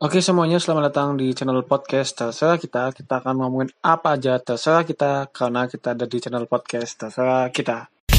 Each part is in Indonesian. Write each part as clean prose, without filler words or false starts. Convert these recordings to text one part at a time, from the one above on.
Oke semuanya, selamat datang di channel podcast terserah kita. Kita akan ngomongin apa aja terserah kita, karena kita ada di channel podcast terserah kita.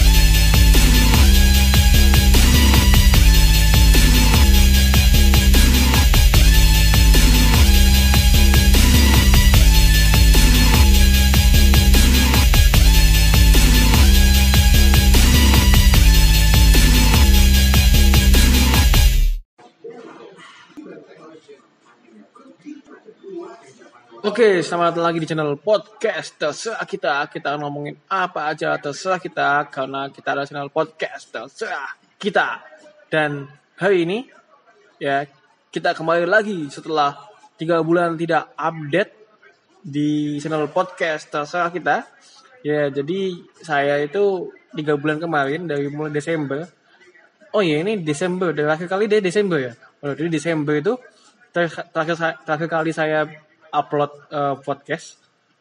Oke, selamat lagi di channel podcast terserah kita. Kita ngomongin apa aja terserah kita, karena kita ada channel podcast terserah kita. Dan hari ini ya kita kembali lagi setelah 3 bulan tidak update di channel podcast terserah kita. Ya, jadi saya itu 3 bulan kemarin dari mulai Desember. Oh iya, ini Desember, terakhir kali deh Desember ya. Jadi Desember itu terakhir kali saya upload podcast.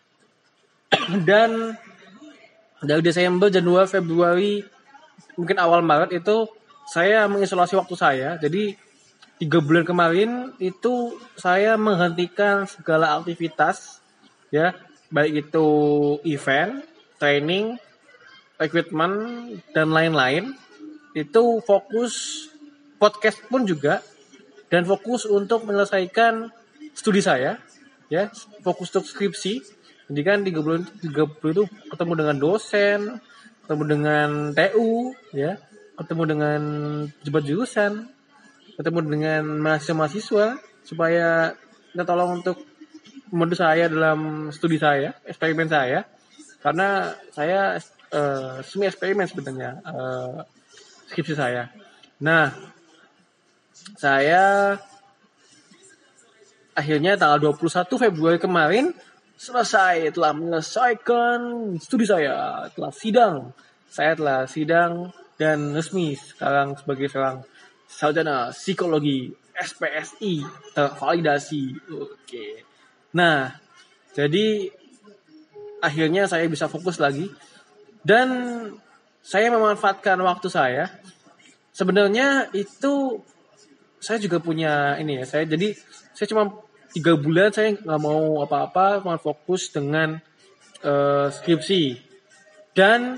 Dan dari Desember, Januari, Februari, mungkin awal Maret itu saya mengisolasi waktu saya. Jadi 3 bulan kemarin itu saya menghentikan segala aktivitas, ya, baik itu event, training, equipment, dan lain-lain. Itu fokus podcast pun juga, dan fokus untuk menyelesaikan studi saya, ya, fokus untuk skripsi. Jadi kan 3 bulan itu ketemu dengan dosen, ketemu dengan TU, ya, ketemu dengan pejabat jurusan, ketemu dengan mahasiswa supaya minta tolong untuk membantu saya dalam studi saya, eksperimen saya, karena saya semi eksperimen sebenarnya skripsi saya. Nah, saya akhirnya tanggal 21 Februari kemarin telah menyelesaikan studi saya, saya telah sidang dan resmi sekarang sebagai seorang sarjana psikologi SPSI tervalidasi. Oke. Nah, jadi akhirnya saya bisa fokus lagi dan saya memanfaatkan waktu saya. Sebenarnya itu saya juga punya ini ya, saya cuma 3 bulan saya nggak mau apa-apa, mau fokus dengan skripsi. Dan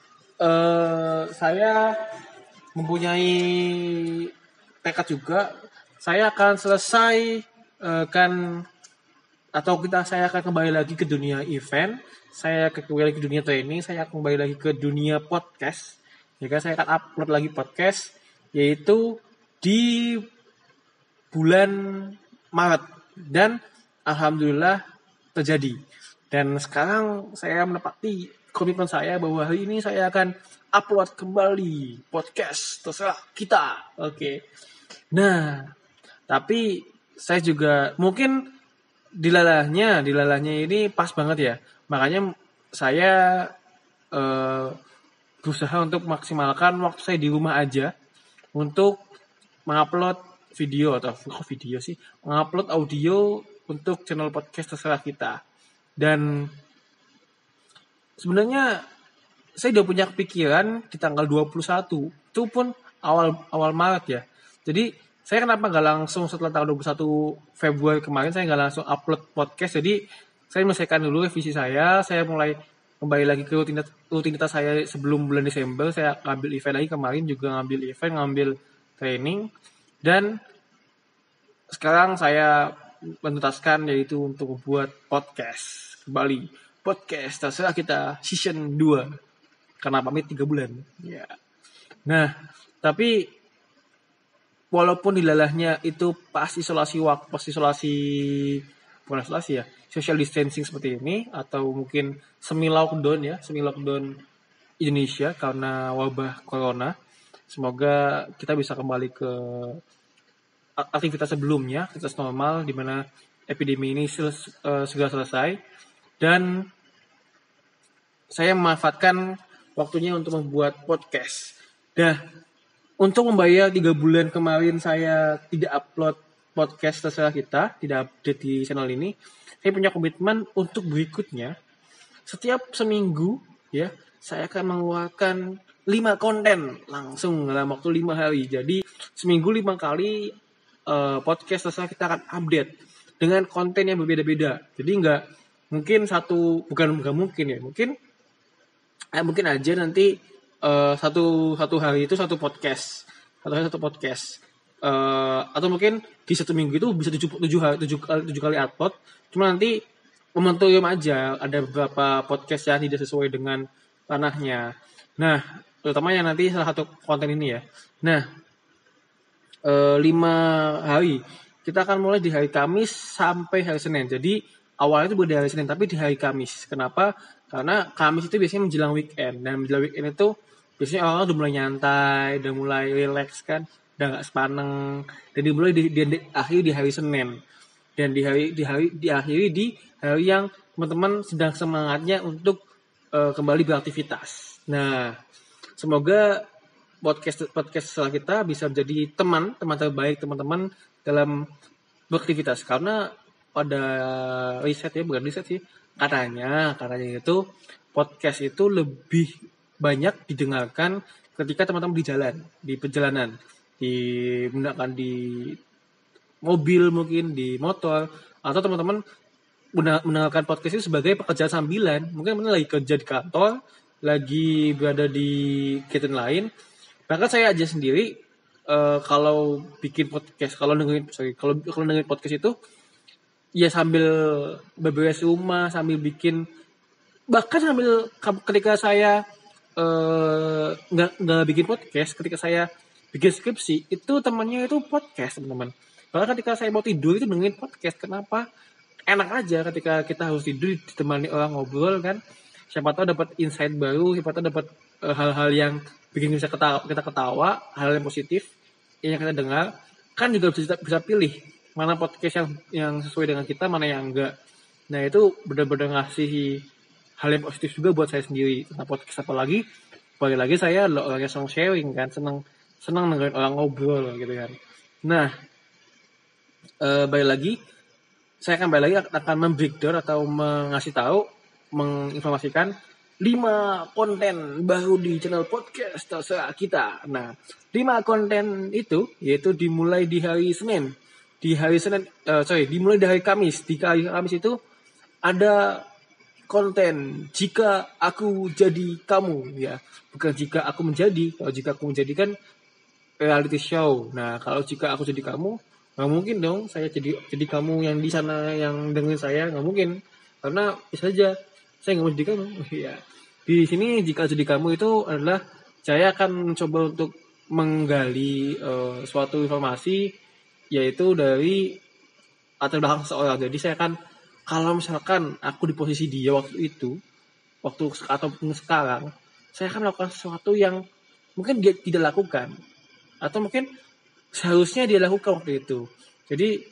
saya mempunyai tekad juga, saya akan selesai saya akan kembali lagi ke dunia event, saya akan kembali lagi ke dunia training, saya akan kembali lagi ke dunia podcast. Jadi saya akan upload lagi podcast, yaitu di bulan Maret, dan alhamdulillah terjadi. Dan sekarang saya menepati komitmen saya bahwa hari ini saya akan upload kembali podcast terserah kita. Oke. Nah, tapi saya juga mungkin dilalahnya ini pas banget ya. Makanya saya berusaha untuk maksimalkan waktu saya di rumah aja untuk mengupload video mengupload audio untuk channel podcast terserah kita. Dan sebenarnya saya udah punya kepikiran di tanggal 21, itu pun awal Maret ya. Jadi saya kenapa gak langsung setelah tanggal 21 Februari kemarin saya gak langsung upload podcast. Jadi saya menyelesaikan dulu revisi saya mulai kembali lagi ke rutinitas saya sebelum bulan Desember. Saya ngambil event lagi, kemarin juga ngambil training. Dan sekarang saya menuntaskan yaitu untuk membuat podcast kembali. Podcast terserah kita season 2. Karena pamit 3 bulan. Ya. Nah, tapi walaupun dilalahnya itu pas isolasi social distancing seperti ini, atau mungkin semi lockdown Indonesia karena wabah corona. Semoga kita bisa kembali ke aktivitas sebelumnya, aktivitas normal, di mana epidemi ini segera selesai. Dan saya memanfaatkan waktunya untuk membuat podcast. Nah, untuk membayar 3 bulan kemarin saya tidak upload podcast terserah kita, tidak update di channel ini, saya punya komitmen untuk berikutnya. Setiap seminggu ya, saya akan mengeluarkan 5 konten langsung dalam waktu 5 hari. Jadi seminggu 5 kali podcast terserah kita akan update dengan konten yang berbeda-beda. Jadi nggak mungkin bukan mungkin ya, mungkin aja nanti satu hari itu satu podcast, atau mungkin di satu minggu itu bisa tujuh kali upload. Cuma nanti momentum aja, ada beberapa podcast yang tidak sesuai dengan ranahnya. Nah, terutamanya nanti salah satu konten ini ya. Nah, 5 hari kita akan mulai di hari Kamis sampai hari Senin. Jadi awalnya itu bukan di hari Senin tapi di hari Kamis. Kenapa? Karena Kamis itu biasanya menjelang weekend, dan menjelang weekend itu biasanya orang udah mulai nyantai, udah mulai relax kan, udah nggak sepaneng, dan dimulai diakhiri di hari Senin, dan diakhiri di hari yang teman-teman sedang semangatnya untuk kembali beraktivitas. Nah, semoga podcast setelah kita bisa menjadi teman terbaik teman-teman dalam beraktivitas, karena pada bukan riset sih, katanya itu podcast itu lebih banyak didengarkan ketika teman-teman di perjalanan, menggunakan di mobil, mungkin di motor, atau teman-teman mendengarkan podcast itu sebagai pekerjaan sambilan. Mungkin teman lagi kerja di kantor, lagi berada di kegiatan lain. Bahkan saya aja sendiri kalau bikin podcast, kalau dengerin podcast itu ya sambil beberes rumah, sambil bikin, bahkan sambil ketika saya nggak bikin podcast, ketika saya bikin skripsi itu temannya itu podcast, teman-teman. Bahkan ketika saya mau tidur itu dengerin podcast. Kenapa? Enak aja ketika kita harus tidur ditemani orang ngobrol kan. Siapa tahu dapat insight baru, siapa tahu dapat hal-hal yang bikin kita ketawa, hal yang positif yang kita dengar. Kan juga bisa pilih mana podcast yang sesuai dengan kita, mana yang enggak. Nah, itu benar-benar ngasih hal yang positif juga buat saya sendiri tentang podcast. Apalagi saya adalah orang yang senang sharing kan, senang dengerin orang ngobrol gitu kan. Nah, saya akan membreakdown atau menginformasikan 5 konten baru di channel podcast terserah kita. Nah, 5 konten itu yaitu dimulai di hari Senin. Dimulai di hari Kamis. Di hari Kamis itu ada konten jika aku jadi kamu, ya. Bukan jika aku menjadi. Kalau jika aku menjadi kan reality show. Nah, kalau jika aku jadi kamu, nggak mungkin dong saya jadi kamu yang di sana yang dengerin saya, nggak mungkin. Karena bisa saja saya nggak mau jadi kamu. Ya. Di sini jika jadi kamu itu adalah saya akan mencoba untuk menggali suatu informasi, yaitu dari latar belakang seseorang. Jadi saya akan, kalau misalkan aku di posisi dia waktu ataupun sekarang, saya akan melakukan sesuatu yang mungkin dia tidak lakukan, atau mungkin seharusnya dia lakukan waktu itu. Jadi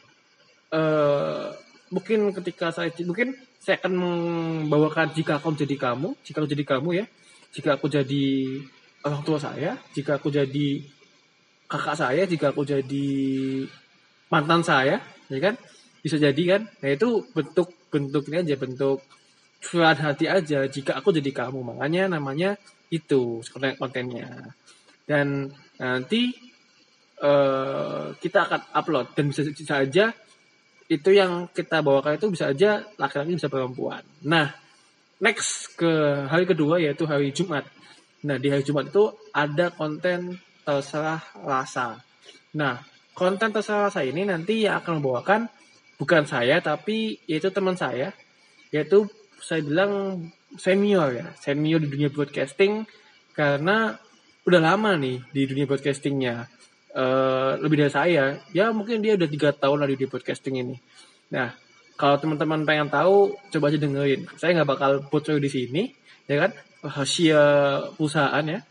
mungkin saya akan membawakan jika aku jadi kamu ya, jika aku jadi orang tua saya, jika aku jadi kakak saya, jika aku jadi mantan saya, ya kan, bisa jadi kan. Nah, itu bentuk ini aja, bentuk curahan hati aja, jika aku jadi kamu. Makanya namanya itu kontennya. Dan nanti kita akan upload, dan bisa saja itu yang kita bawakan itu bisa aja laki-laki, bisa perempuan. Nah, next ke hari kedua yaitu hari Jumat. Nah, di hari Jumat itu ada konten terserah rasa. Nah, konten terserah rasa ini nanti yang akan membawakan bukan saya, tapi yaitu teman saya, yaitu saya bilang senior di dunia broadcasting, karena udah lama nih di dunia broadcastingnya. Lebih dari saya, ya mungkin dia udah 3 tahun lah di podcasting ini. Nah, kalau teman-teman pengen tahu, coba aja dengerin. Saya nggak bakal bocor di sini, ya kan, rahasia perusahaan ya.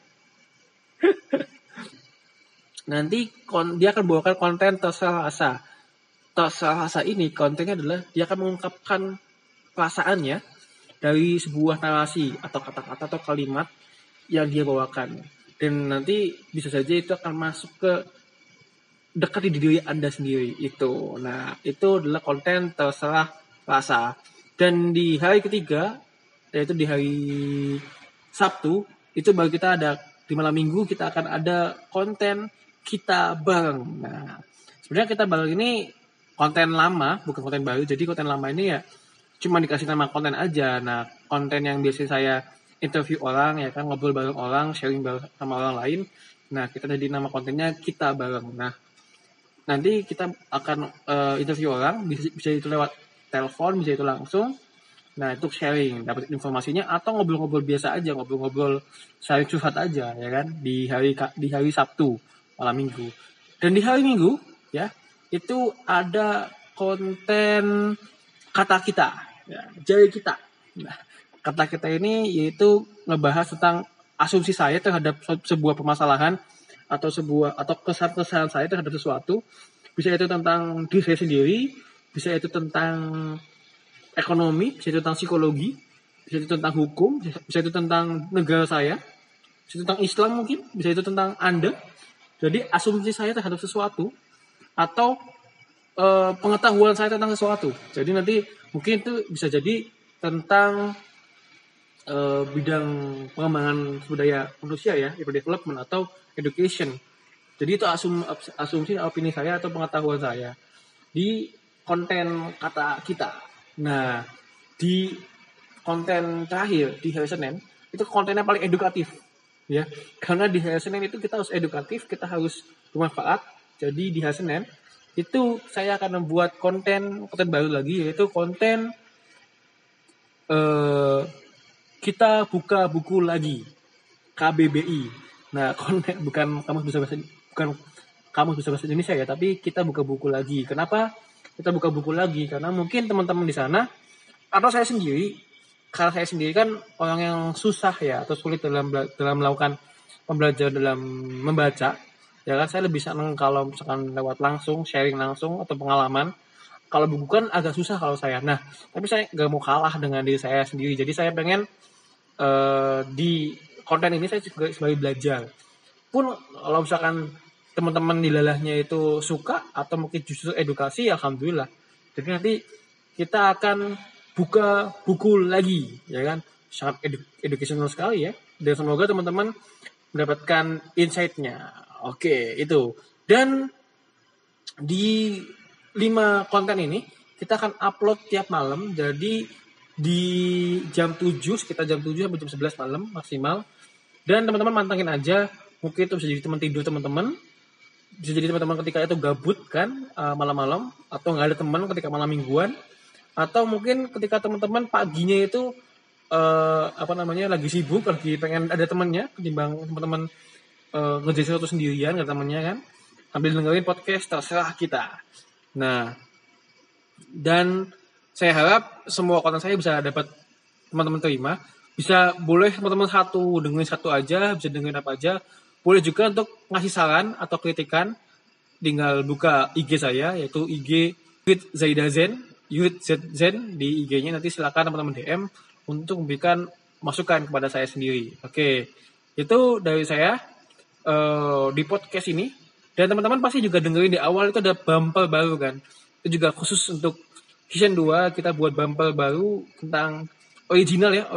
Nanti dia akan bawakan konten terserah rasa. Terserah rasa ini kontennya adalah dia akan mengungkapkan perasaannya dari sebuah narasi atau kata-kata atau kalimat yang dia bawakan. Dan nanti bisa saja itu akan masuk ke dekat di diri Anda sendiri itu. Nah, itu adalah konten terserah rasa. Dan di hari ketiga, yaitu di hari Sabtu, itu baru kita ada, di malam minggu kita akan ada konten kita bareng. Nah, Sebenarnya kita baru ini konten lama, bukan konten baru. Jadi konten lama ini ya cuma dikasih nama konten aja. Nah, konten yang biasa saya interview orang ya kan, ngobrol bareng orang, sharing bareng sama orang lain. Nah, kita jadi nama kontennya kita bareng. Nah, nanti kita akan interview orang, bisa itu lewat telepon, bisa itu langsung. Nah, itu sharing, dapat informasinya atau ngobrol-ngobrol biasa aja, ngobrol-ngobrol sharing curhat aja ya kan di hari Sabtu malam Minggu. Dan di hari Minggu ya, itu ada konten kata kita, ya, jari kita. Nah, kata kita ini yaitu ngebahas tentang asumsi saya terhadap sebuah permasalahan atau kesan-kesan saya terhadap sesuatu. Bisa itu tentang diri saya sendiri, bisa itu tentang ekonomi, bisa itu tentang psikologi, bisa itu tentang hukum, bisa itu tentang negara saya, bisa itu tentang Islam mungkin, bisa itu tentang Anda. Jadi asumsi saya terhadap sesuatu atau pengetahuan saya tentang sesuatu. Jadi nanti mungkin itu bisa jadi tentang bidang pengembangan sumber daya manusia ya, development atau education. Jadi itu asumsi opini saya atau pengetahuan saya di konten kata kita. Nah, di konten terakhir di hari Senin itu kontennya paling edukatif ya. Karena di hari Senin itu kita harus edukatif, kita harus bermanfaat. Jadi di hari Senin itu saya akan membuat konten baru lagi, yaitu konten kita buka buku lagi, KBBI. Nah, konten bukan kamus besar bahasa Indonesia ya, tapi kita buka buku lagi. Kenapa kita buka buku lagi? Karena mungkin teman-teman di sana atau saya sendiri, karena saya sendiri kan orang yang susah ya atau sulit dalam melakukan pembelajaran dalam membaca. Ya kan, saya lebih senang kalau misalkan lewat langsung, sharing langsung atau pengalaman. Kalau buku kan agak susah kalau saya. Nah, tapi saya nggak mau kalah dengan diri saya sendiri. Jadi saya pengen di konten ini saya juga sebagai belajar. Pun kalau misalkan teman-teman di lalahnya itu suka atau mungkin justru edukasi, alhamdulillah. Jadi nanti kita akan buka buku lagi, ya kan? Sangat educational sekali ya. Dan semoga teman-teman mendapatkan insight-nya. Oke, itu. Dan di 5 konten ini kita akan upload tiap malam. Jadi di jam 7, sekitar jam 7 sampai jam 11 malam maksimal. Dan teman-teman mantengin aja. Mungkin itu bisa jadi teman tidur teman-teman. Bisa jadi teman-teman ketika itu gabut kan malam-malam, atau nggak ada teman ketika malam mingguan, atau mungkin ketika teman-teman paginya itu lagi sibuk, lagi pengen ada temannya ketimbang teman-teman ngerjain sesuatu sendirian gak temannya kan, sambil dengerin podcast terserah kita. Nah, dan saya harap semua konten saya bisa dapat teman-teman terima. Bisa boleh teman-teman dengerin satu aja, bisa dengerin apa aja. Boleh juga untuk ngasih saran atau kritikan, tinggal buka IG saya, yaitu IG Yurid Zaidazen, Yurid Zen di IG-nya. Nanti silakan teman-teman DM untuk memberikan masukan kepada saya sendiri. Oke, itu dari saya di podcast ini. Dan teman-teman pasti juga dengerin di awal itu ada bumper baru kan. Itu juga khusus untuk season 2 kita buat bumper baru tentang original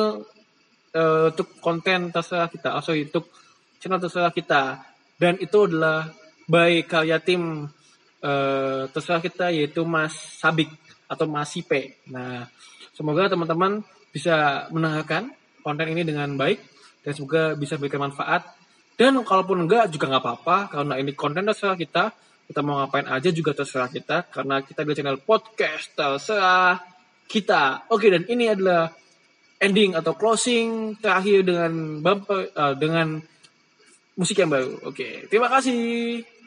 untuk konten terserah kita. Untuk channel terserah kita. Dan itu adalah by karya tim terserah kita, yaitu Mas Sabik atau Mas Sipe. Nah, semoga teman-teman bisa mendengarkan konten ini dengan baik dan semoga bisa memberikan manfaat. Dan kalaupun enggak juga nggak apa-apa, karena ini konten terserah kita mau ngapain aja juga terserah kita, karena kita di channel podcast terserah kita. Oke, dan ini adalah ending atau closing terakhir dengan bumper dengan musik yang baru. Oke, terima kasih.